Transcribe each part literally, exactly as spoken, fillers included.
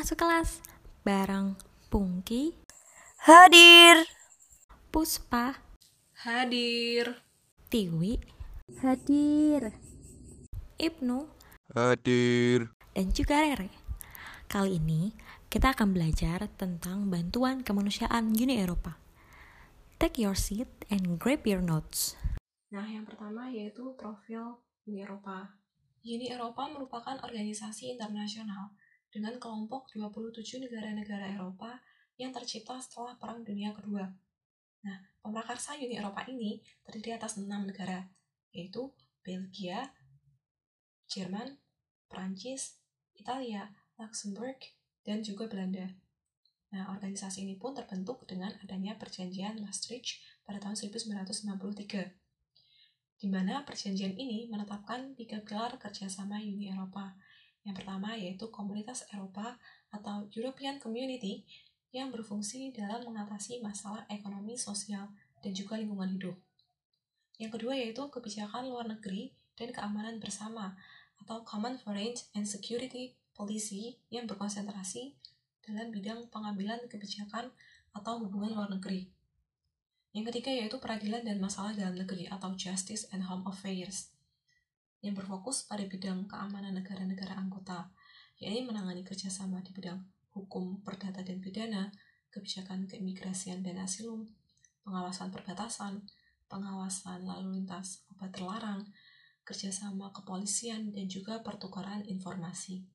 masuk kelas bareng Pungki, Hadir. Puspa, Hadir. Tiwi, Hadir. Ibnu, Hadir. dan juga Rere. Kali ini kita akan belajar tentang bantuan kemanusiaan Uni Eropa. Take your seat and grab your notes. Nah, yang pertama yaitu profil Uni Eropa. Uni Eropa merupakan organisasi internasional dengan kelompok dua puluh tujuh negara-negara Eropa yang tercipta setelah Perang Dunia Kedua. Nah, pemrakarsa Uni Eropa ini terdiri atas enam negara, yaitu Belgia, Jerman, Prancis, Italia, Luxembourg, dan juga Belanda. Nah, organisasi ini pun terbentuk dengan adanya Perjanjian Maastricht pada tahun seribu sembilan ratus enam puluh tiga, di mana perjanjian ini menetapkan tiga pilar kerjasama Uni Eropa. Yang pertama yaitu Komunitas Eropa atau European Community yang berfungsi dalam mengatasi masalah ekonomi, sosial, dan juga lingkungan hidup. Yang kedua yaitu Kebijakan Luar Negeri dan Keamanan Bersama atau Common Foreign and Security Policy yang berkonsentrasi dalam bidang pengambilan kebijakan atau hubungan luar negeri. Yang ketiga yaitu Peradilan dan Masalah Dalam Negeri atau Justice and Home Affairs yang berfokus pada bidang keamanan negara-negara anggota, yakni menangani kerjasama di bidang hukum, perdata dan pidana, kebijakan keimigrasian dan asilum, pengawasan perbatasan, pengawasan lalu lintas obat terlarang, kerjasama kepolisian, dan juga pertukaran informasi.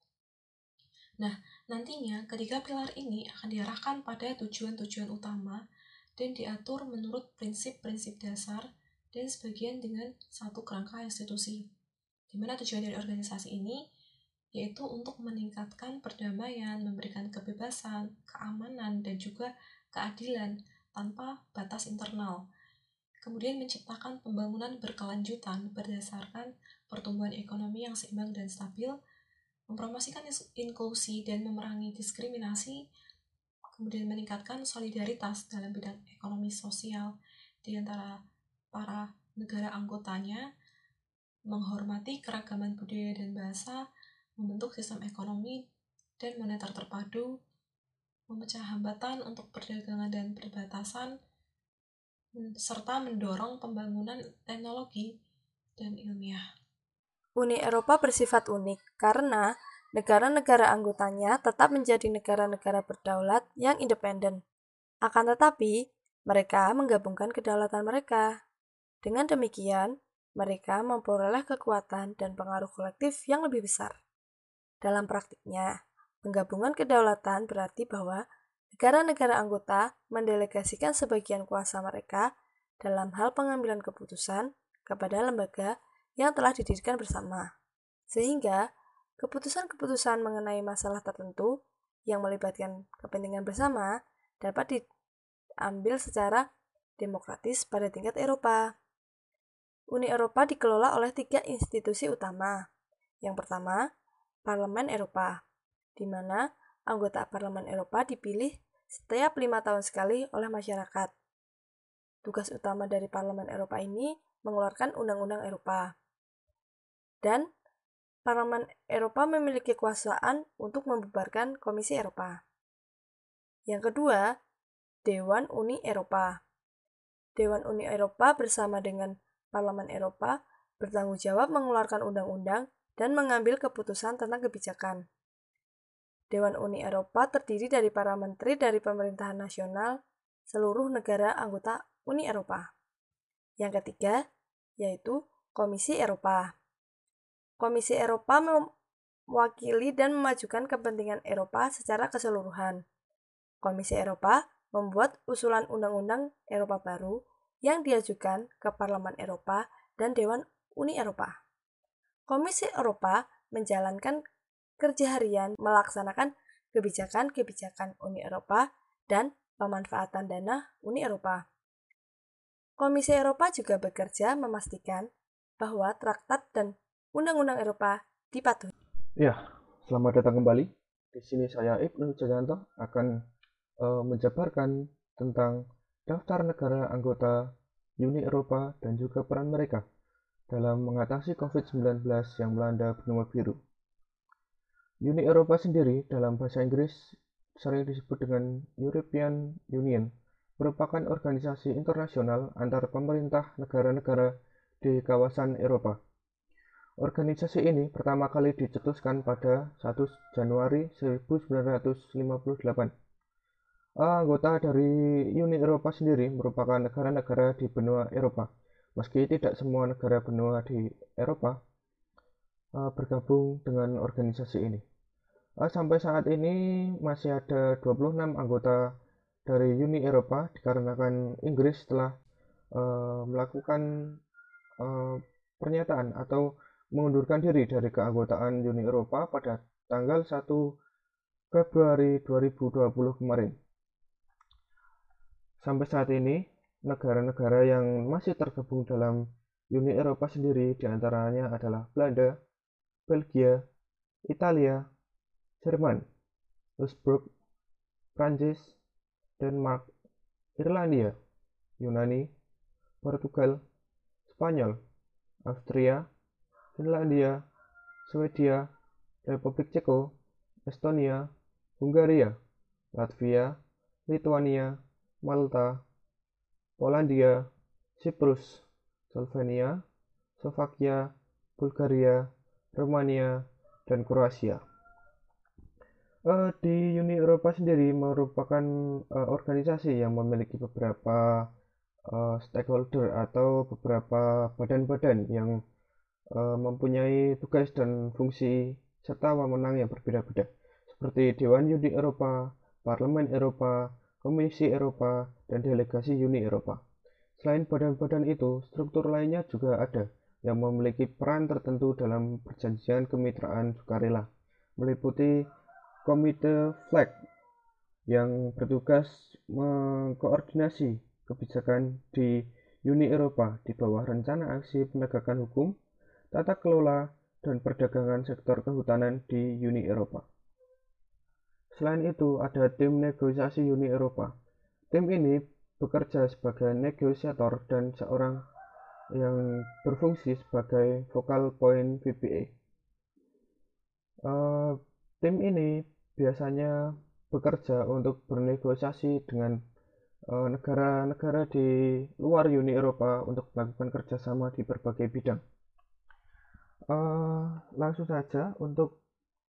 Nah, nantinya ketiga pilar ini akan diarahkan pada tujuan-tujuan utama dan diatur menurut prinsip-prinsip dasar dan sebagian dengan satu kerangka institusi. Di mana tujuan dari organisasi ini yaitu untuk meningkatkan perdamaian, memberikan kebebasan, keamanan, dan juga keadilan tanpa batas internal. Kemudian menciptakan pembangunan berkelanjutan berdasarkan pertumbuhan ekonomi yang seimbang dan stabil, mempromosikan inklusi dan memerangi diskriminasi, kemudian meningkatkan solidaritas dalam bidang ekonomi sosial di antara para negara anggotanya, menghormati keragaman budaya dan bahasa, membentuk sistem ekonomi dan moneter terpadu, memecah hambatan untuk perdagangan dan perbatasan, serta mendorong pembangunan teknologi dan ilmiah. Uni Eropa bersifat unik karena negara-negara anggotanya tetap menjadi negara-negara berdaulat yang independen. Akan tetapi, mereka menggabungkan kedaulatan mereka. Dengan demikian, mereka memperoleh kekuatan dan pengaruh kolektif yang lebih besar. Dalam praktiknya, penggabungan kedaulatan berarti bahwa negara-negara anggota mendelegasikan sebagian kuasa mereka dalam hal pengambilan keputusan kepada lembaga yang telah didirikan bersama. Sehingga, keputusan-keputusan mengenai masalah tertentu yang melibatkan kepentingan bersama dapat diambil secara demokratis pada tingkat Eropa. Uni Eropa dikelola oleh tiga institusi utama. Yang pertama, Parlemen Eropa, di mana anggota Parlemen Eropa dipilih setiap lima tahun sekali oleh masyarakat. Tugas utama dari Parlemen Eropa ini mengeluarkan undang-undang Eropa. Dan Parlemen Eropa memiliki kekuasaan untuk membubarkan Komisi Eropa. Yang kedua, Dewan Uni Eropa. Dewan Uni Eropa bersama dengan Parlemen Eropa bertanggung jawab mengeluarkan undang-undang dan mengambil keputusan tentang kebijakan. Dewan Uni Eropa terdiri dari para menteri dari pemerintahan nasional seluruh negara anggota Uni Eropa. Yang ketiga, yaitu Komisi Eropa. Komisi Eropa mewakili dan memajukan kepentingan Eropa secara keseluruhan. Komisi Eropa membuat usulan undang-undang Eropa baru yang diajukan ke Parlemen Eropa dan Dewan Uni Eropa. Komisi Eropa menjalankan kerja harian melaksanakan kebijakan-kebijakan Uni Eropa dan pemanfaatan dana Uni Eropa. Komisi Eropa juga bekerja memastikan bahwa traktat dan undang-undang Eropa dipatuhi. Ya, selamat datang kembali. Di sini saya Ibnu Jayanto akan uh, menjabarkan tentang daftar negara anggota Uni Eropa dan juga peran mereka dalam mengatasi covid sembilan belas yang melanda benua biru. Uni Eropa sendiri dalam bahasa Inggris sering disebut dengan European Union, merupakan organisasi internasional antar pemerintah negara-negara di kawasan Eropa. Organisasi ini pertama kali dicetuskan pada satu Januari seribu sembilan ratus lima puluh delapan. Anggota dari Uni Eropa sendiri merupakan negara-negara di benua Eropa. Meski tidak semua negara benua di Eropa uh, bergabung dengan organisasi ini. Uh, sampai saat ini masih ada dua puluh enam anggota dari Uni Eropa dikarenakan Inggris telah uh, melakukan uh, pernyataan atau mengundurkan diri dari keanggotaan Uni Eropa pada tanggal satu Februari dua ribu dua puluh kemarin. Sampai saat ini, negara-negara yang masih tergabung dalam Uni Eropa sendiri diantaranya adalah Belanda, Belgia, Italia, Jerman, Luxembourg, Prancis, Denmark, Irlandia, Yunani, Portugal, Spanyol, Austria, Finlandia, Swedia, Republik Ceko, Estonia, Hungaria, Latvia, Lithuania, Malta, Polandia, Siprus, Slovenia, Slovakia, Bulgaria, Romania, dan Kroasia. Uh, di Uni Eropa sendiri merupakan uh, organisasi yang memiliki beberapa uh, stakeholder atau beberapa badan-badan yang uh, mempunyai tugas dan fungsi serta wewenang yang berbeda-beda, seperti Dewan Uni Eropa, Parlemen Eropa, Komisi Eropa, dan Delegasi Uni Eropa. Selain badan-badan itu, struktur lainnya juga ada yang memiliki peran tertentu dalam perjanjian kemitraan sukarela, meliputi Komite Flag yang bertugas mengkoordinasi kebijakan di Uni Eropa di bawah rencana aksi penegakan hukum, tata kelola, dan perdagangan sektor kehutanan di Uni Eropa. Selain itu, ada tim negosiasi Uni Eropa. Tim ini bekerja sebagai negosiator dan seorang yang berfungsi sebagai focal point V P A. Uh, tim ini biasanya bekerja untuk bernegosiasi dengan uh, negara-negara di luar Uni Eropa untuk melakukan kerjasama di berbagai bidang. Uh, langsung saja untuk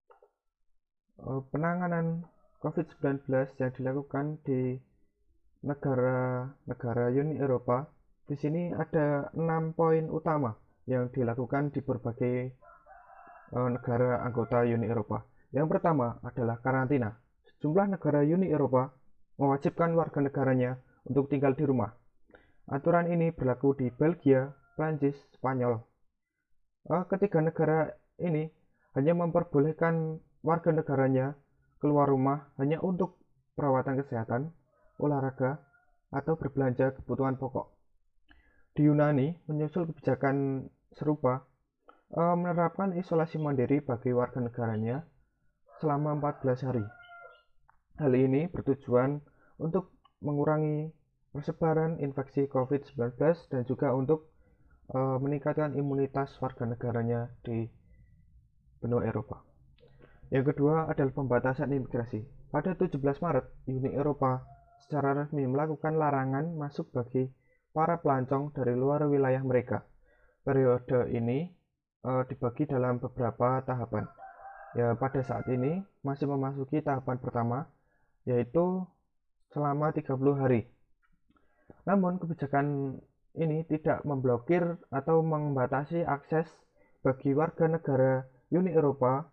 penanganan covid sembilan belas yang dilakukan di negara-negara Uni Eropa. Di sini ada enam poin utama yang dilakukan di berbagai uh, negara anggota Uni Eropa. Yang pertama adalah karantina. Sejumlah negara Uni Eropa mewajibkan warga negaranya untuk tinggal di rumah. Aturan ini berlaku di Belgia, Prancis, Spanyol. Uh, ketiga negara ini hanya memperbolehkan warga negaranya keluar rumah hanya untuk perawatan kesehatan, olahraga, atau berbelanja kebutuhan pokok. Di Yunani, menyusul kebijakan serupa, eh, menerapkan isolasi mandiri bagi warga negaranya selama empat belas hari. Hal ini bertujuan untuk mengurangi persebaran infeksi covid sembilan belas dan juga untuk eh, meningkatkan imunitas warga negaranya di benua Eropa. Yang kedua adalah pembatasan imigrasi. Pada tujuh belas Maret, Uni Eropa secara resmi melakukan larangan masuk bagi para pelancong dari luar wilayah mereka. Periode ini e, dibagi dalam beberapa tahapan. Ya, pada saat ini masih memasuki tahapan pertama, yaitu selama tiga puluh hari. Namun, kebijakan ini tidak memblokir atau membatasi akses bagi warga negara Uni Eropa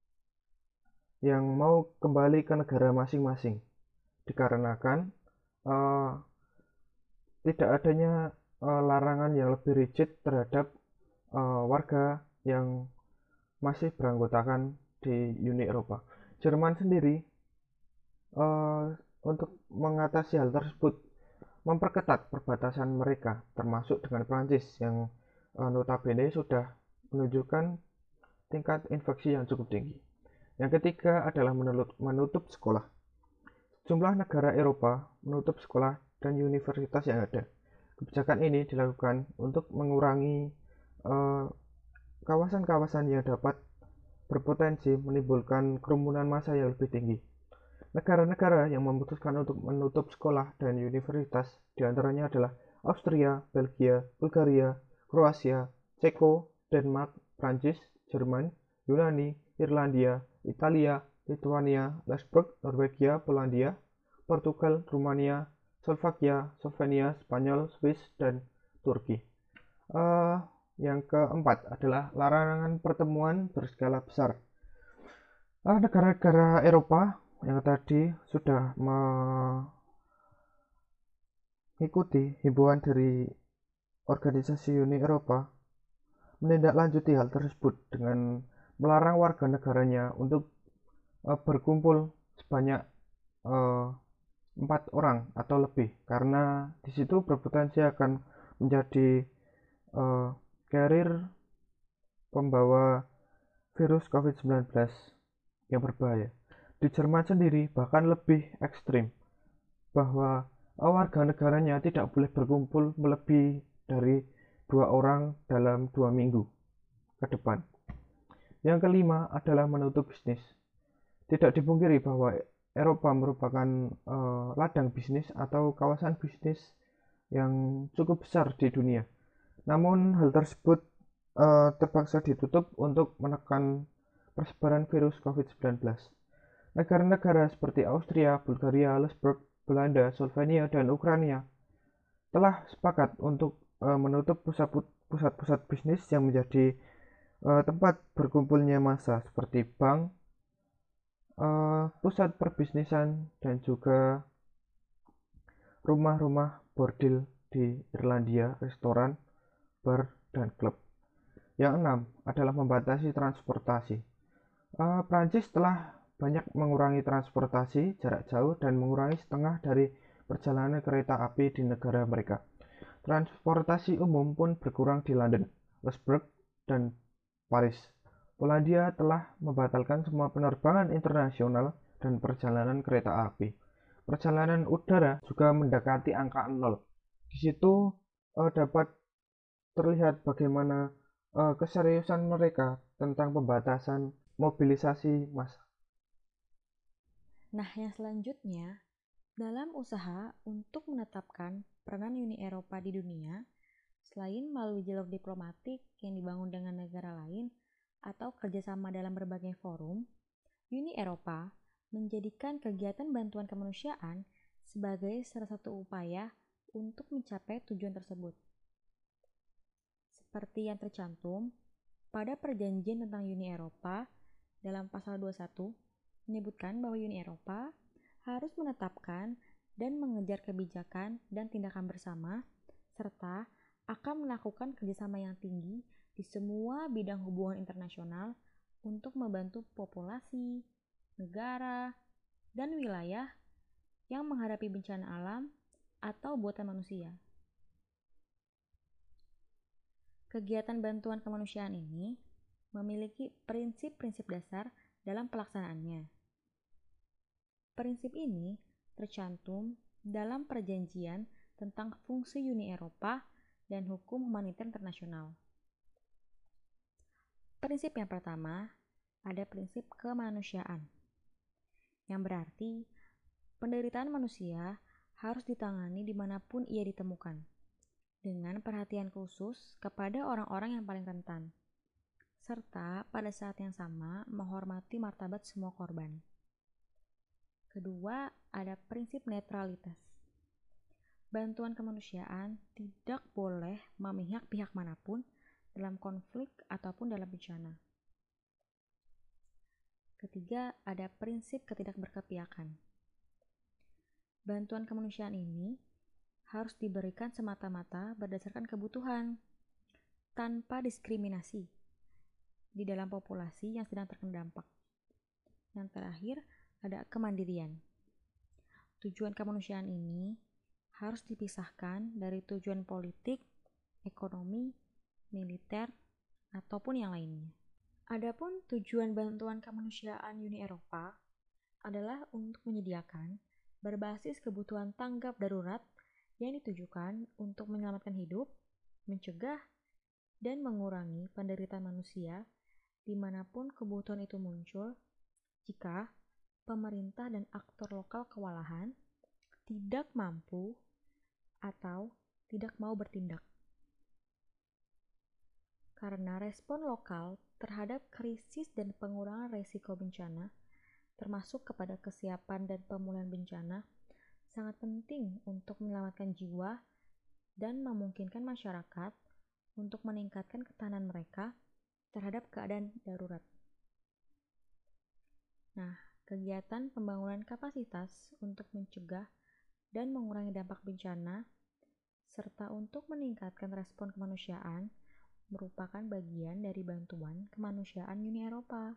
yang mau kembali ke negara masing-masing, dikarenakan uh, tidak adanya uh, larangan yang lebih rigid terhadap uh, warga yang masih beranggotakan di Uni Eropa. Jerman sendiri uh, untuk mengatasi hal tersebut memperketat perbatasan mereka, termasuk dengan Prancis yang uh, notabene sudah menunjukkan tingkat infeksi yang cukup tinggi. Yang ketiga adalah menutup sekolah. Jumlah negara Eropa menutup sekolah dan universitas yang ada. Kebijakan ini dilakukan untuk mengurangi kawasan-kawasan uh, yang dapat berpotensi menimbulkan kerumunan massa yang lebih tinggi. Negara-negara yang memutuskan untuk menutup sekolah dan universitas diantaranya adalah Austria, Belgia, Bulgaria, Kroasia, Ceko, Denmark, Prancis, Jerman, Yunani, Irlandia, Italia, Lithuania, Luxembourg, Norwegia, Polandia, Portugal, Rumania, Slovakia, Slovenia, Spanyol, Swiss, dan Turki. Uh, yang keempat adalah larangan pertemuan berskala besar. Uh, negara-negara Eropa yang tadi sudah mengikuti himbauan dari organisasi Uni Eropa menindaklanjuti hal tersebut dengan melarang warga negaranya untuk uh, berkumpul sebanyak uh, empat orang atau lebih, karena di situ berpotensi akan menjadi uh, carrier pembawa virus covid sembilan belas yang berbahaya. Di Jerman sendiri bahkan lebih ekstrim, bahwa warga negaranya tidak boleh berkumpul melebihi dari dua orang dalam dua minggu ke depan. Yang kelima adalah menutup bisnis. Tidak dipungkiri bahwa Eropa merupakan uh, ladang bisnis atau kawasan bisnis yang cukup besar di dunia. Namun hal tersebut uh, terpaksa ditutup untuk menekan persebaran virus covid sembilan belas. Negara-negara seperti Austria, Bulgaria, Luxembourg, Belanda, Slovenia, dan Ukraina telah sepakat untuk uh, menutup pusat-pusat bisnis yang menjadi uh, tempat berkumpulnya massa seperti bank, uh, pusat perbisnisan, dan juga rumah-rumah bordil di Irlandia, restoran, bar, dan klub. Yang enam adalah membatasi transportasi. Uh, Prancis telah banyak mengurangi transportasi jarak jauh dan mengurangi setengah dari perjalanan kereta api di negara mereka. Transportasi umum pun berkurang di London, Luxembourg, dan Paris. Polandia telah membatalkan semua penerbangan internasional dan perjalanan kereta api. Perjalanan udara juga mendekati angka nol. Di situ uh, dapat terlihat bagaimana uh, keseriusan mereka tentang pembatasan mobilisasi massa. Nah, yang selanjutnya, dalam usaha untuk menetapkan peranan Uni Eropa di dunia, selain melalui jalur diplomatik yang dibangun dengan negara lain atau kerjasama dalam berbagai forum, Uni Eropa menjadikan kegiatan bantuan kemanusiaan sebagai salah satu upaya untuk mencapai tujuan tersebut. Seperti yang tercantum pada perjanjian tentang Uni Eropa dalam pasal dua puluh satu, menyebutkan bahwa Uni Eropa harus menetapkan dan mengejar kebijakan dan tindakan bersama, serta akan melakukan kerjasama yang tinggi di semua bidang hubungan internasional untuk membantu populasi, negara, dan wilayah yang menghadapi bencana alam atau buatan manusia. Kegiatan bantuan kemanusiaan ini memiliki prinsip-prinsip dasar dalam pelaksanaannya. Prinsip ini tercantum dalam perjanjian tentang fungsi Uni Eropa dan hukum humaniter internasional. Prinsip yang pertama ada prinsip kemanusiaan, yang berarti penderitaan manusia harus ditangani dimanapun ia ditemukan, dengan perhatian khusus kepada orang-orang yang paling rentan, serta pada saat yang sama menghormati martabat semua korban. Kedua, ada prinsip netralitas. Bantuan kemanusiaan tidak boleh memihak pihak manapun dalam konflik ataupun dalam bencana. Ketiga, ada prinsip ketidakberkepihakan. Bantuan kemanusiaan ini harus diberikan semata-mata berdasarkan kebutuhan, tanpa diskriminasi di dalam populasi yang sedang terkena dampak. Yang terakhir, ada kemandirian. Tujuan kemanusiaan ini harus dipisahkan dari tujuan politik, ekonomi, militer, ataupun yang lainnya. Adapun tujuan bantuan kemanusiaan Uni Eropa adalah untuk menyediakan berbasis kebutuhan tanggap darurat yang ditujukan untuk menyelamatkan hidup, mencegah, dan mengurangi penderitaan manusia dimanapun kebutuhan itu muncul, jika pemerintah dan aktor lokal kewalahan, tidak mampu, atau tidak mau bertindak. Karena respon lokal terhadap krisis dan pengurangan risiko bencana, termasuk kepada kesiapan dan pemulihan bencana, sangat penting untuk menyelamatkan jiwa dan memungkinkan masyarakat untuk meningkatkan ketahanan mereka terhadap keadaan darurat. Nah, kegiatan pembangunan kapasitas untuk mencegah dan mengurangi dampak bencana serta untuk meningkatkan respon kemanusiaan merupakan bagian dari bantuan kemanusiaan Uni Eropa.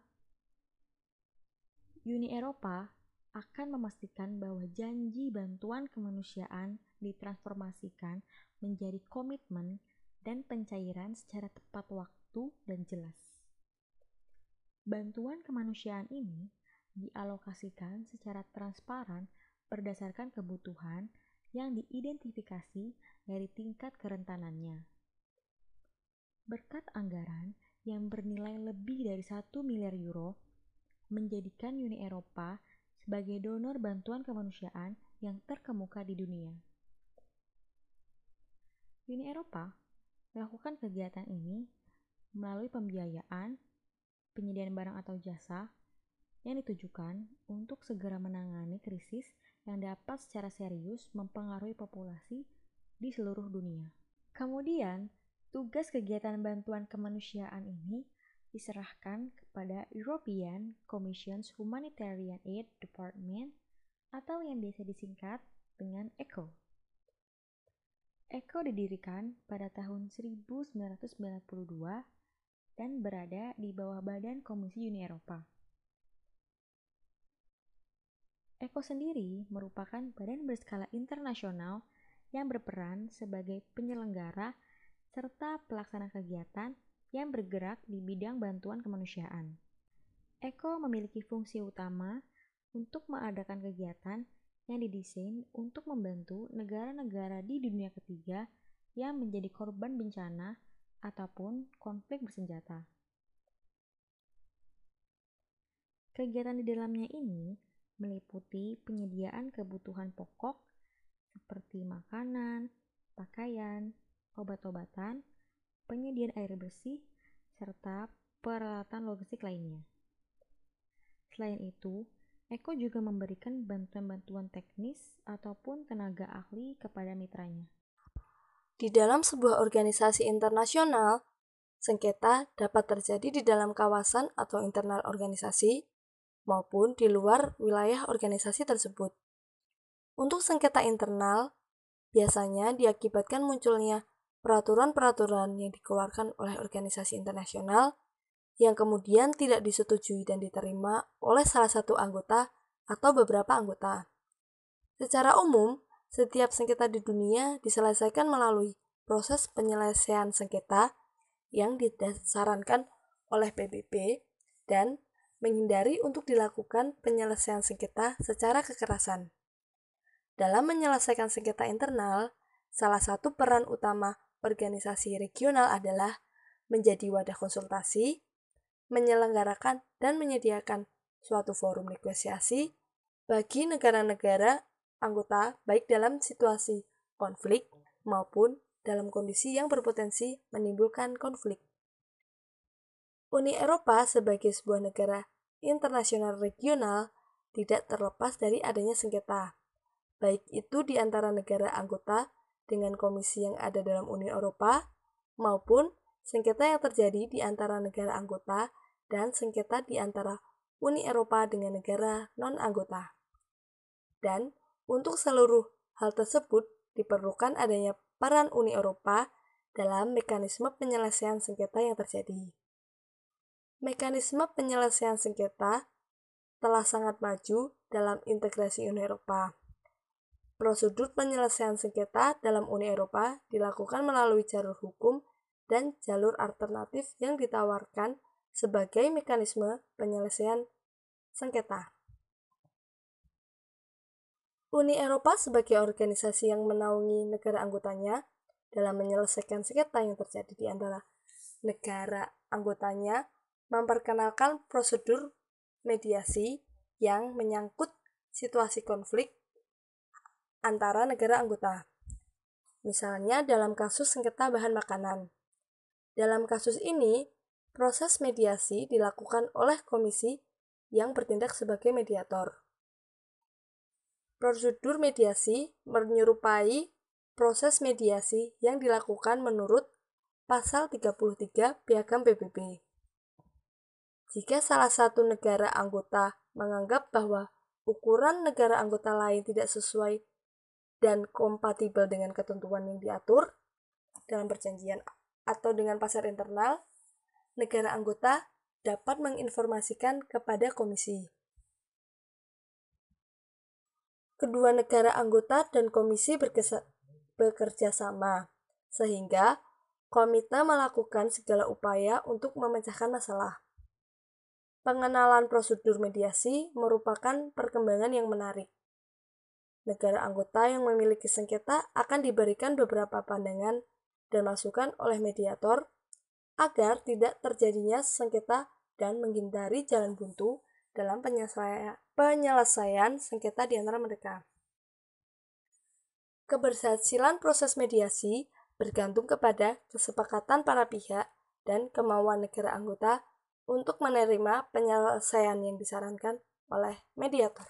Uni Eropa akan memastikan bahwa janji bantuan kemanusiaan ditransformasikan menjadi komitmen dan pencairan secara tepat waktu dan jelas. Bantuan kemanusiaan ini dialokasikan secara transparan berdasarkan kebutuhan yang diidentifikasi dari tingkat kerentanannya. Berkat anggaran yang bernilai lebih dari satu miliar euro, menjadikan Uni Eropa sebagai donor bantuan kemanusiaan yang terkemuka di dunia. Uni Eropa melakukan kegiatan ini melalui pembiayaan, penyediaan barang atau jasa yang ditujukan untuk segera menangani krisis yang dapat secara serius mempengaruhi populasi di seluruh dunia. Kemudian, tugas kegiatan bantuan kemanusiaan ini diserahkan kepada European Commission's Humanitarian Aid Department atau yang biasa disingkat dengan E C H O. E C H O didirikan pada tahun seribu sembilan ratus sembilan puluh dua dan berada di bawah Badan Komisi Uni Eropa. E C H O sendiri merupakan badan berskala internasional yang berperan sebagai penyelenggara serta pelaksana kegiatan yang bergerak di bidang bantuan kemanusiaan. E C H O memiliki fungsi utama untuk mengadakan kegiatan yang didesain untuk membantu negara-negara di dunia ketiga yang menjadi korban bencana ataupun konflik bersenjata. Kegiatan di dalamnya ini meliputi penyediaan kebutuhan pokok seperti makanan, pakaian, obat-obatan, penyediaan air bersih, serta peralatan logistik lainnya. Selain itu, E C H O juga memberikan bantuan-bantuan teknis ataupun tenaga ahli kepada mitranya. Di dalam sebuah organisasi internasional, sengketa dapat terjadi di dalam kawasan atau internal organisasi maupun di luar wilayah organisasi tersebut. Untuk sengketa internal, biasanya diakibatkan munculnya peraturan-peraturan yang dikeluarkan oleh organisasi internasional yang kemudian tidak disetujui dan diterima oleh salah satu anggota atau beberapa anggota. Secara umum, setiap sengketa di dunia diselesaikan melalui proses penyelesaian sengketa yang disarankan oleh P B B dan menghindari untuk dilakukan penyelesaian sengketa secara kekerasan. Dalam menyelesaikan sengketa internal, salah satu peran utama organisasi regional adalah menjadi wadah konsultasi, menyelenggarakan dan menyediakan suatu forum negosiasi bagi negara-negara anggota baik dalam situasi konflik maupun dalam kondisi yang berpotensi menimbulkan konflik. Uni Eropa sebagai sebuah negara internasional regional tidak terlepas dari adanya sengketa, baik itu di antara negara anggota dengan komisi yang ada dalam Uni Eropa, maupun sengketa yang terjadi di antara negara anggota dan sengketa di antara Uni Eropa dengan negara non-anggota. Dan untuk seluruh hal tersebut diperlukan adanya peran Uni Eropa dalam mekanisme penyelesaian sengketa yang terjadi. Mekanisme penyelesaian sengketa telah sangat maju dalam integrasi Uni Eropa. Prosedur penyelesaian sengketa dalam Uni Eropa dilakukan melalui jalur hukum dan jalur alternatif yang ditawarkan sebagai mekanisme penyelesaian sengketa. Uni Eropa sebagai organisasi yang menaungi negara anggotanya dalam menyelesaikan sengketa yang terjadi di antara negara anggotanya memperkenalkan prosedur mediasi yang menyangkut situasi konflik antara negara anggota. Misalnya dalam kasus sengketa bahan makanan. Dalam kasus ini, proses mediasi dilakukan oleh komisi yang bertindak sebagai mediator. Prosedur mediasi menyerupai proses mediasi yang dilakukan menurut Pasal tiga puluh tiga Piagam P B B. Jika salah satu negara anggota menganggap bahwa ukuran negara anggota lain tidak sesuai dan kompatibel dengan ketentuan yang diatur dalam perjanjian atau dengan pasar internal, negara anggota dapat menginformasikan kepada komisi. Kedua negara anggota dan komisi bekerja sama, sehingga komite melakukan segala upaya untuk memecahkan masalah. Pengenalan prosedur mediasi merupakan perkembangan yang menarik. Negara anggota yang memiliki sengketa akan diberikan beberapa pandangan dan masukan oleh mediator agar tidak terjadinya sengketa dan menghindari jalan buntu dalam penyelesaian, penyelesaian sengketa di antara mereka. Keberhasilan proses mediasi bergantung kepada kesepakatan para pihak dan kemauan negara anggota untuk menerima penyelesaian yang disarankan oleh mediator.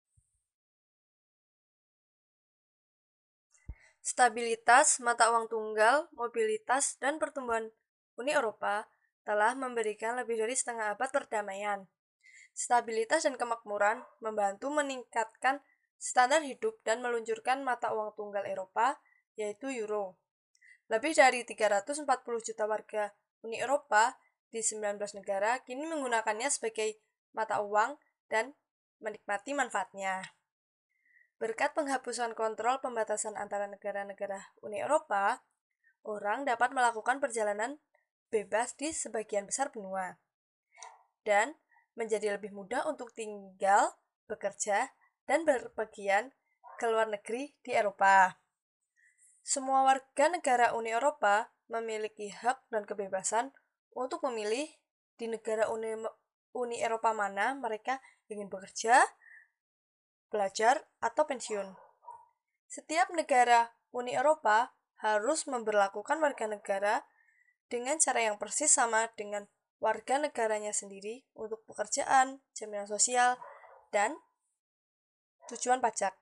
Stabilitas mata uang tunggal, mobilitas, dan pertumbuhan Uni Eropa telah memberikan lebih dari setengah abad perdamaian. Stabilitas dan kemakmuran membantu meningkatkan standar hidup dan meluncurkan mata uang tunggal Eropa, yaitu euro. Lebih dari tiga ratus empat puluh juta warga Uni Eropa di sembilan belas negara kini menggunakannya sebagai mata uang dan menikmati manfaatnya. Berkat penghapusan kontrol pembatasan antara negara-negara Uni Eropa, orang dapat melakukan perjalanan bebas di sebagian besar benua dan menjadi lebih mudah untuk tinggal, bekerja, dan berpergian ke luar negeri di Eropa. Semua warga negara Uni Eropa memiliki hak dan kebebasan untuk memilih di negara Uni, Uni Eropa mana mereka ingin bekerja, belajar, atau pensiun. Setiap negara Uni Eropa harus memberlakukan warga negara dengan cara yang persis sama dengan warga negaranya sendiri untuk pekerjaan, jaminan sosial, dan tujuan pajak.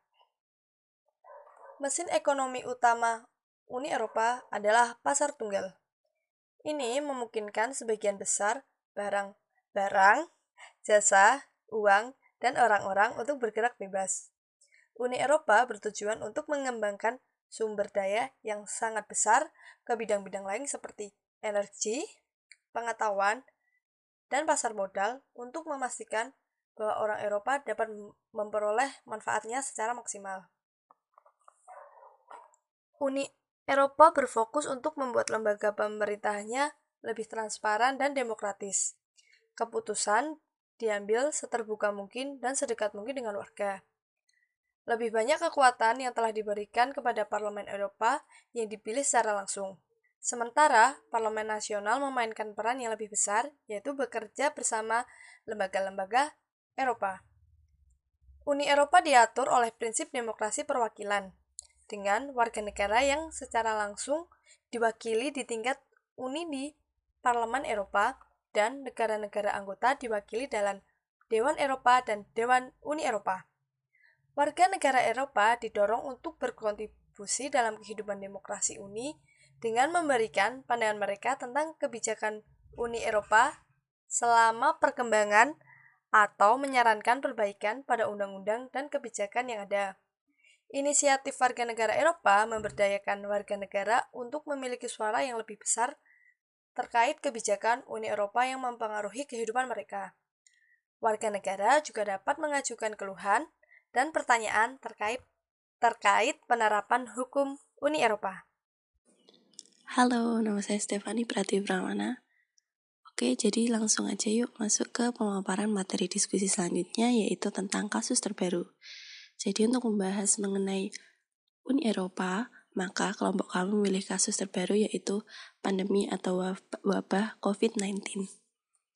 Mesin ekonomi utama Uni Eropa adalah pasar tunggal. Ini memungkinkan sebagian besar barang-barang, jasa, uang, dan orang-orang untuk bergerak bebas. Uni Eropa bertujuan untuk mengembangkan sumber daya yang sangat besar ke bidang-bidang lain seperti energi, pengetahuan, dan pasar modal untuk memastikan bahwa orang Eropa dapat memperoleh manfaatnya secara maksimal. Uni Eropa berfokus untuk membuat lembaga pemerintahannya lebih transparan dan demokratis. Keputusan diambil seterbuka mungkin dan sedekat mungkin dengan warga. Lebih banyak kekuatan yang telah diberikan kepada Parlemen Eropa yang dipilih secara langsung. Sementara Parlemen Nasional memainkan peran yang lebih besar, yaitu bekerja bersama lembaga-lembaga Eropa. Uni Eropa diatur oleh prinsip demokrasi perwakilan, dengan warga negara yang secara langsung diwakili di tingkat Uni di Parlemen Eropa dan negara-negara anggota diwakili dalam Dewan Eropa dan Dewan Uni Eropa. Warga negara Eropa didorong untuk berkontribusi dalam kehidupan demokrasi Uni dengan memberikan pandangan mereka tentang kebijakan Uni Eropa selama perkembangan atau menyarankan perbaikan pada undang-undang dan kebijakan yang ada. Inisiatif warga negara Eropa memberdayakan warga negara untuk memiliki suara yang lebih besar terkait kebijakan Uni Eropa yang mempengaruhi kehidupan mereka. Warga negara juga dapat mengajukan keluhan dan pertanyaan terkait terkait penerapan hukum Uni Eropa. Halo, nama saya Stefani Prativramana. Oke, jadi langsung aja yuk masuk ke pemaparan materi diskusi selanjutnya, yaitu tentang kasus terbaru. Jadi untuk membahas mengenai Uni Eropa, maka kelompok kami memilih kasus terbaru yaitu pandemi atau wabah covid sembilan belas.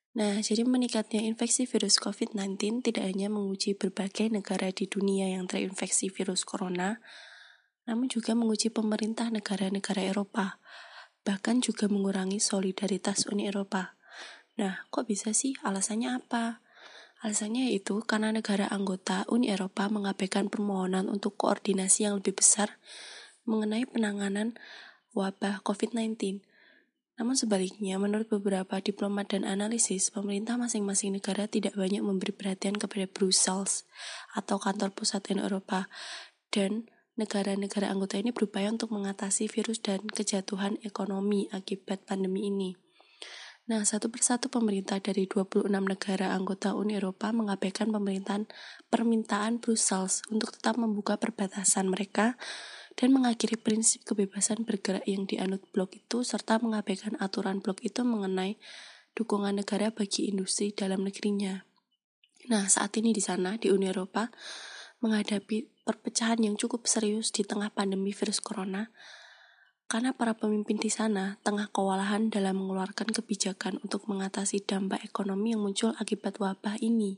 Nah, jadi meningkatnya infeksi virus covid sembilan belas tidak hanya menguji berbagai negara di dunia yang terinfeksi virus corona, namun juga menguji pemerintah negara-negara Eropa, bahkan juga mengurangi solidaritas Uni Eropa. Nah, kok bisa sih? Alasannya apa? Alasannya yaitu karena negara anggota Uni Eropa mengabaikan permohonan untuk koordinasi yang lebih besar mengenai penanganan wabah covid sembilan belas. Namun sebaliknya, menurut beberapa diplomat dan analisis, pemerintah masing-masing negara tidak banyak memberi perhatian kepada Brussels atau kantor pusat Uni Eropa, dan negara-negara anggota ini berupaya untuk mengatasi virus dan kejatuhan ekonomi akibat pandemi ini. Nah, satu persatu pemerintah dari dua puluh enam negara anggota Uni Eropa mengabaikan pemerintahan permintaan Brussels untuk tetap membuka perbatasan mereka dan mengakhiri prinsip kebebasan bergerak yang dianut blok itu, serta mengabaikan aturan blok itu mengenai dukungan negara bagi industri dalam negerinya. Nah, saat ini di sana, di Uni Eropa, menghadapi perpecahan yang cukup serius di tengah pandemi virus corona, karena para pemimpin di sana tengah kewalahan dalam mengeluarkan kebijakan untuk mengatasi dampak ekonomi yang muncul akibat wabah ini.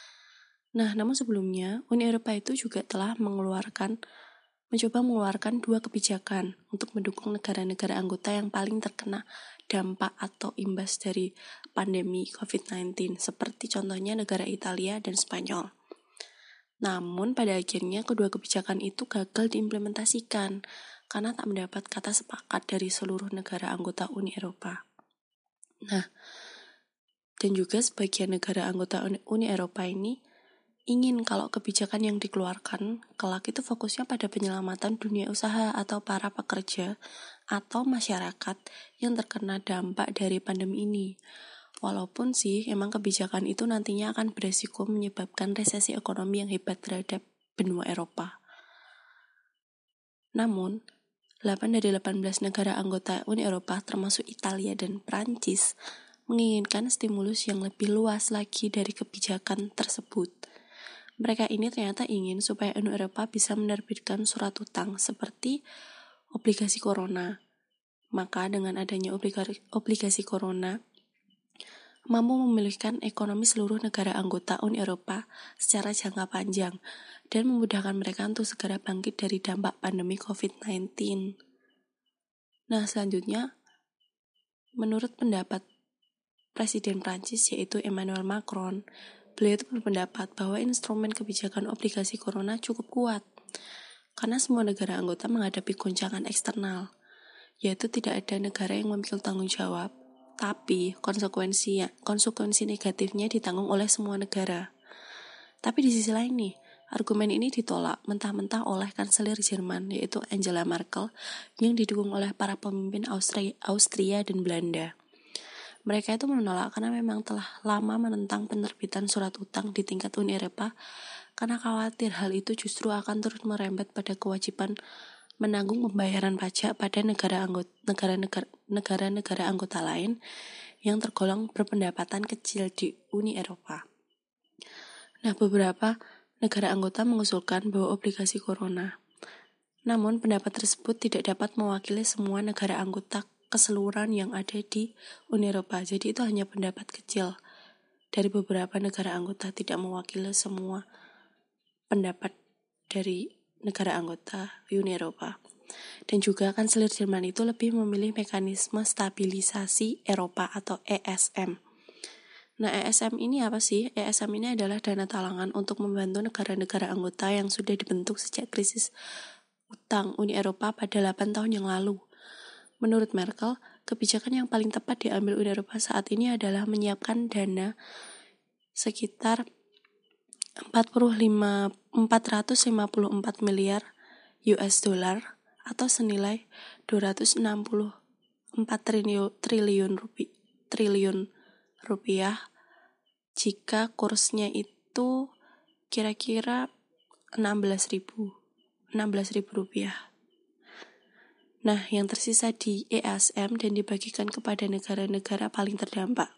Nah, namun sebelumnya, Uni Eropa itu juga telah mengeluarkan mencoba mengeluarkan dua kebijakan untuk mendukung negara-negara anggota yang paling terkena dampak atau imbas dari pandemi covid sembilan belas, seperti contohnya negara Italia dan Spanyol. Namun pada akhirnya kedua kebijakan itu gagal diimplementasikan karena tak mendapat kata sepakat dari seluruh negara anggota Uni Eropa. Nah, dan juga sebagian negara anggota Uni Eropa ini ingin kalau kebijakan yang dikeluarkan kelak itu fokusnya pada penyelamatan dunia usaha atau para pekerja atau masyarakat yang terkena dampak dari pandemi ini. Walaupun sih emang kebijakan itu nantinya akan beresiko menyebabkan resesi ekonomi yang hebat terhadap benua Eropa. Namun, delapan dari delapan belas negara anggota Uni Eropa termasuk Italia dan Prancis menginginkan stimulus yang lebih luas lagi dari kebijakan tersebut. Mereka ini ternyata ingin supaya Uni Eropa bisa menerbitkan surat utang seperti obligasi corona. Maka dengan adanya obligasi, obligasi corona, mampu memulihkan ekonomi seluruh negara anggota Uni Eropa secara jangka panjang dan memudahkan mereka untuk segera bangkit dari dampak pandemi covid sembilan belas. Nah, selanjutnya, menurut pendapat Presiden Prancis yaitu Emmanuel Macron, beliau itu berpendapat bahwa instrumen kebijakan obligasi corona cukup kuat karena semua negara anggota menghadapi goncangan eksternal, yaitu tidak ada negara yang memikul tanggung jawab, tapi konsekuensi konsekuensi negatifnya ditanggung oleh semua negara. Tapi di sisi lain nih, argumen ini ditolak mentah-mentah oleh Kanselir Jerman yaitu Angela Merkel yang didukung oleh para pemimpin Austria, Austria dan Belanda. Mereka itu menolak karena memang telah lama menentang penerbitan surat utang di tingkat Uni Eropa karena khawatir hal itu justru akan terus merembet pada kewajiban menanggung pembayaran pajak pada negara anggota, negara-negara, negara-negara anggota lain yang tergolong berpendapatan kecil di Uni Eropa. Nah, beberapa negara anggota mengusulkan bahwa obligasi corona. Namun, pendapat tersebut tidak dapat mewakili semua negara anggota keseluruhan yang ada di Uni Eropa. Jadi itu hanya pendapat kecil dari beberapa negara anggota, tidak mewakili semua pendapat dari negara anggota Uni Eropa. Dan juga Kanselir Jerman itu lebih memilih mekanisme stabilisasi Eropa atau E S M. Nah, E S M ini apa sih? E S M ini adalah dana talangan untuk membantu negara-negara anggota yang sudah dibentuk sejak krisis utang Uni Eropa pada delapan tahun yang lalu. Menurut Merkel, kebijakan yang paling tepat diambil Uni Eropa saat ini adalah menyiapkan dana sekitar empat ratus lima puluh empat miliar U S dollar atau senilai dua ratus enam puluh empat triliun rupiah, triliun rupiah jika kursnya itu kira-kira enam belas ribu rupiah. Nah, yang tersisa di E S M dan dibagikan kepada negara-negara paling terdampak.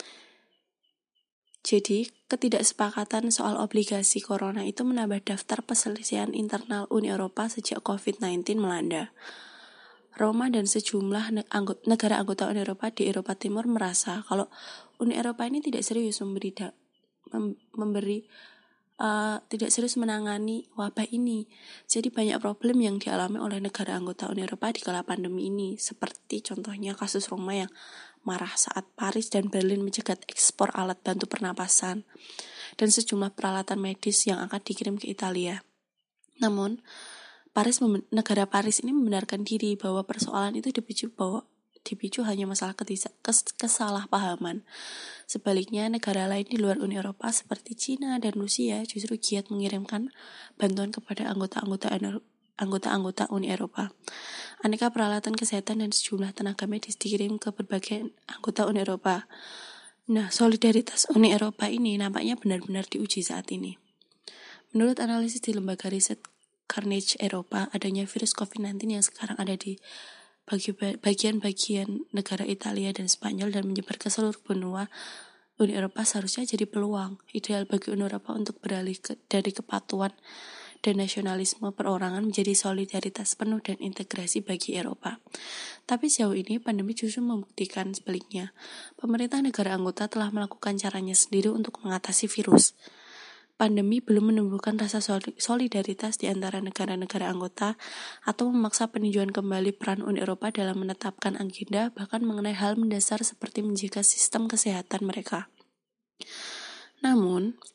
Jadi, ketidaksepakatan soal obligasi corona itu menambah daftar perselisihan internal Uni Eropa sejak covid sembilan belas melanda. Roma dan sejumlah negara anggota Uni Eropa di Eropa Timur merasa kalau Uni Eropa ini tidak serius memberi da- mem- memberi uh, tidak serius menangani wabah ini. Jadi banyak problem yang dialami oleh negara anggota Uni Eropa di kala pandemi ini, seperti contohnya kasus Roma yang marah saat Paris dan Berlin mencegat ekspor alat bantu pernapasan dan sejumlah peralatan medis yang akan dikirim ke Italia. Namun Paris negara Paris ini membenarkan diri bahwa persoalan itu dipicu bahwa dipicu hanya masalah ketisa, kes, kesalahpahaman. Sebaliknya, negara lain di luar Uni Eropa seperti Cina dan Rusia justru giat mengirimkan bantuan kepada anggota-anggota anggota-anggota Uni Eropa. Aneka peralatan kesehatan dan sejumlah tenaga medis dikirim ke berbagai anggota Uni Eropa. Nah, solidaritas Uni Eropa ini nampaknya benar-benar diuji saat ini. Menurut analisis di lembaga riset Carnegie Eropa, adanya virus covid sembilan belas yang sekarang ada di bagian-bagian negara Italia dan Spanyol dan menyebar ke seluruh benua Uni Eropa seharusnya jadi peluang ideal bagi Uni Eropa untuk beralih ke, dari kepatuhan dan nasionalisme perorangan menjadi solidaritas penuh dan integrasi bagi Eropa. Tapi sejauh ini pandemi justru membuktikan sebaliknya. Pemerintah negara anggota telah melakukan caranya sendiri untuk mengatasi virus. Pandemi belum menumbuhkan rasa solidaritas di antara negara-negara anggota atau memaksa peninjauan kembali peran Uni Eropa dalam menetapkan agenda bahkan mengenai hal mendasar seperti menjaga sistem kesehatan mereka. Namun,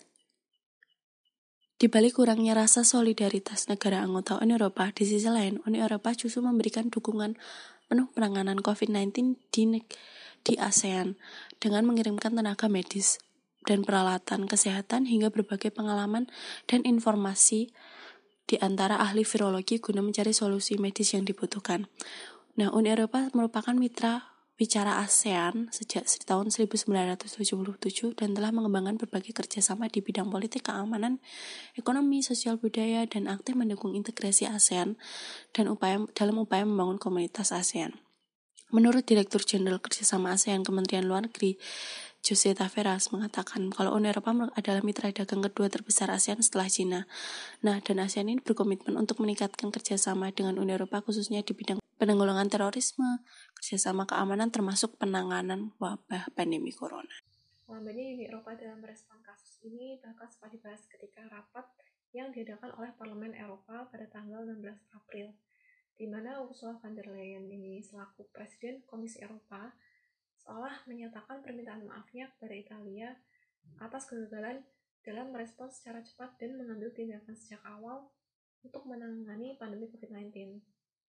di balik kurangnya rasa solidaritas negara anggota Uni Eropa, di sisi lain, Uni Eropa justru memberikan dukungan penuh penanganan covid sembilan belas di, di ASEAN dengan mengirimkan tenaga medis dan peralatan kesehatan hingga berbagai pengalaman dan informasi di antara ahli virologi guna mencari solusi medis yang dibutuhkan. Nah, Uni Eropa merupakan mitra bicara ASEAN sejak tahun seribu sembilan ratus tujuh puluh tujuh dan telah mengembangkan berbagai kerjasama di bidang politik, keamanan, ekonomi, sosial budaya, dan aktif mendukung integrasi ASEAN dan upaya dalam upaya membangun komunitas ASEAN. Menurut Direktur Jenderal Kerjasama ASEAN Kementerian Luar Negeri, Jose Taveras mengatakan kalau Uni Eropa adalah mitra dagang kedua terbesar ASEAN setelah Cina. Nah, dan ASEAN ini berkomitmen untuk meningkatkan kerjasama dengan Uni Eropa khususnya di bidang penanggulangan terorisme, kerjasama keamanan termasuk penanganan wabah pandemi corona. Lambannya Uni Eropa dalam merespon kasus ini bahkan sempat dibahas ketika rapat yang diadakan oleh Parlemen Eropa pada tanggal enam belas April, di mana Ursula von der Leyen ini selaku Presiden Komisi Eropa seolah menyatakan permintaan maafnya kepada Italia atas kegagalan dalam merespons secara cepat dan mengambil tindakan sejak awal untuk menangani pandemi covid sembilan belas.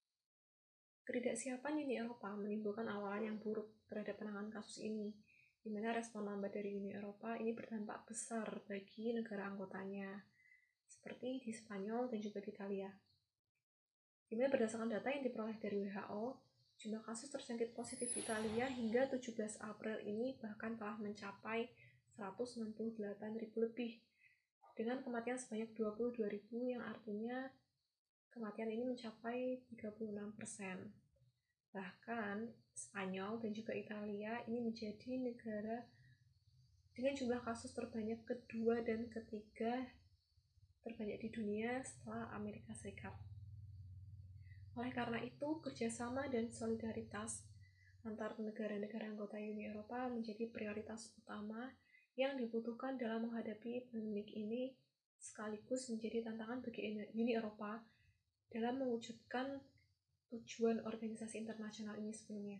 Ketidaksiapan Uni Eropa menimbulkan awalan yang buruk terhadap penanganan kasus ini, di mana respon lambat dari Uni Eropa ini berdampak besar bagi negara anggotanya, seperti di Spanyol dan juga di Italia. Di mana berdasarkan data yang diperoleh dari W H O, jumlah kasus terjangkit positif di Italia hingga tujuh belas April ini bahkan telah mencapai seratus enam puluh delapan ribu lebih, dengan kematian sebanyak dua puluh dua ribu yang artinya kematian ini mencapai tiga puluh enam persen. Bahkan Spanyol dan juga Italia ini menjadi negara dengan jumlah kasus terbanyak kedua dan ketiga terbanyak di dunia setelah Amerika Serikat. Oleh karena itu, kerjasama dan solidaritas antar negara-negara anggota Uni Eropa menjadi prioritas utama yang dibutuhkan dalam menghadapi pandemi ini, sekaligus menjadi tantangan bagi Uni Eropa dalam mewujudkan tujuan organisasi internasional ini sebelumnya.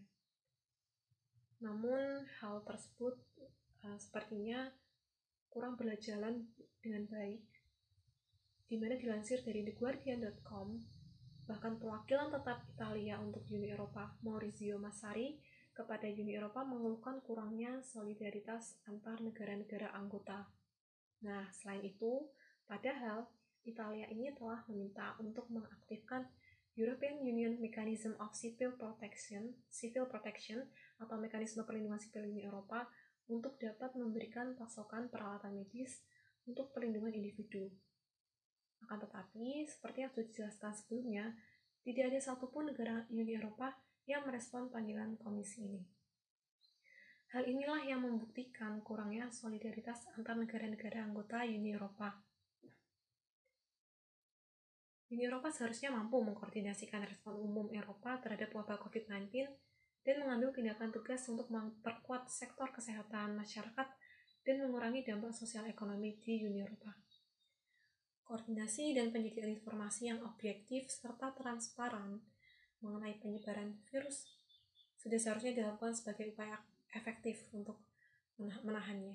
Namun, hal tersebut uh, sepertinya kurang berjalan dengan baik, di mana dilansir dari the guardian dot com, bahkan perwakilan tetap Italia untuk Uni Eropa, Maurizio Massari, kepada Uni Eropa mengeluhkan kurangnya solidaritas antar negara-negara anggota. Nah, selain itu, padahal Italia ini telah meminta untuk mengaktifkan European Union Mechanism of Civil Protection, Civil Protection atau mekanisme perlindungan sipil Uni Eropa untuk dapat memberikan pasokan peralatan medis untuk perlindungan individu. Akan tetapi, seperti yang sudah dijelaskan sebelumnya, tidak ada satupun negara Uni Eropa yang merespon panggilan komisi ini. Hal inilah yang membuktikan kurangnya solidaritas antar negara-negara anggota Uni Eropa. Uni Eropa seharusnya mampu mengkoordinasikan respon umum Eropa terhadap wabah covid sembilan belas dan mengambil tindakan tegas untuk memperkuat sektor kesehatan masyarakat dan mengurangi dampak sosial ekonomi di Uni Eropa. Koordinasi dan penyediaan informasi yang objektif serta transparan mengenai penyebaran virus sudah seharusnya dilakukan sebagai upaya efektif untuk menahannya.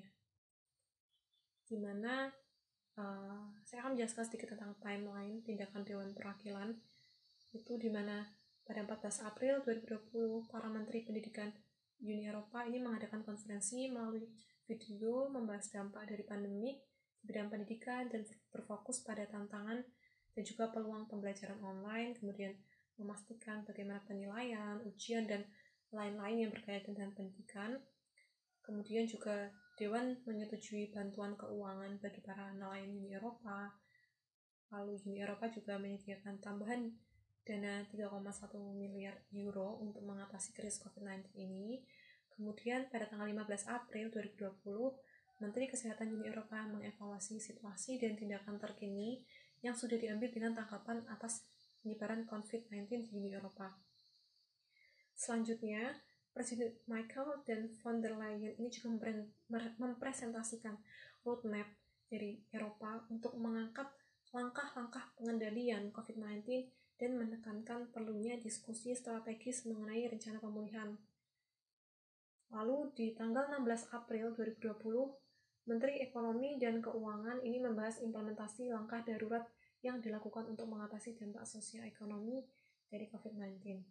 Di mana uh, saya akan menjelaskan sedikit tentang timeline tindakan Dewan Perwakilan, itu di mana pada empat belas April dua ribu dua puluh para Menteri Pendidikan Uni Eropa ini mengadakan konferensi melalui video membahas dampak dari pandemi di bidang pendidikan dan berfokus pada tantangan dan juga peluang pembelajaran online, kemudian memastikan bagaimana penilaian, ujian, dan lain-lain yang berkaitan dengan pendidikan. Kemudian juga Dewan menyetujui bantuan keuangan bagi para nelayan Uni Eropa. Lalu Uni Eropa juga menyediakan tambahan dana tiga koma satu miliar euro untuk mengatasi krisis covid sembilan belas ini. Kemudian pada tanggal lima belas April dua ribu dua puluh, Menteri Kesehatan Uni Eropa mengevaluasi situasi dan tindakan terkini yang sudah diambil dengan tanggapan atas penyebaran covid sembilan belas di Uni Eropa. Selanjutnya, Presiden Michael dan von der Leyen ini juga mempresentasikan roadmap dari Eropa untuk mengangkat langkah-langkah pengendalian covid sembilan belas dan menekankan perlunya diskusi strategis mengenai rencana pemulihan. Lalu di tanggal enam belas April dua ribu dua puluh, Menteri Ekonomi dan Keuangan ini membahas implementasi langkah darurat yang dilakukan untuk mengatasi dampak sosial ekonomi dari covid sembilan belas.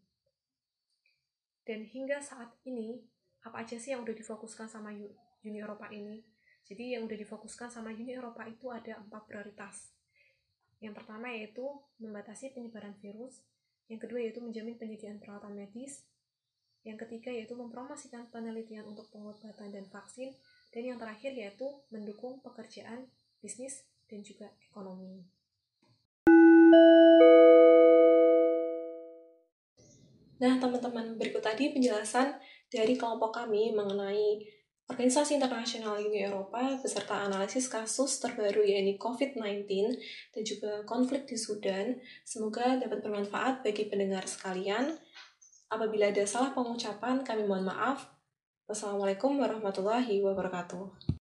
Dan hingga saat ini, apa aja sih yang udah difokuskan sama Uni Eropa ini? Jadi yang udah difokuskan sama Uni Eropa itu ada empat prioritas. Yang pertama yaitu membatasi penyebaran virus. Yang kedua yaitu menjamin penyediaan peralatan medis. Yang ketiga yaitu mempromosikan penelitian untuk pengobatan dan vaksin. Dan yang terakhir yaitu mendukung pekerjaan, bisnis, dan juga ekonomi. Nah, teman-teman, berikut tadi penjelasan dari kelompok kami mengenai Organisasi Internasional Uni Eropa beserta analisis kasus terbaru yaitu covid sembilan belas dan juga konflik di Sudan. Semoga dapat bermanfaat bagi pendengar sekalian. Apabila ada salah pengucapan, kami mohon maaf. Wassalamualaikum warahmatullahi wabarakatuh.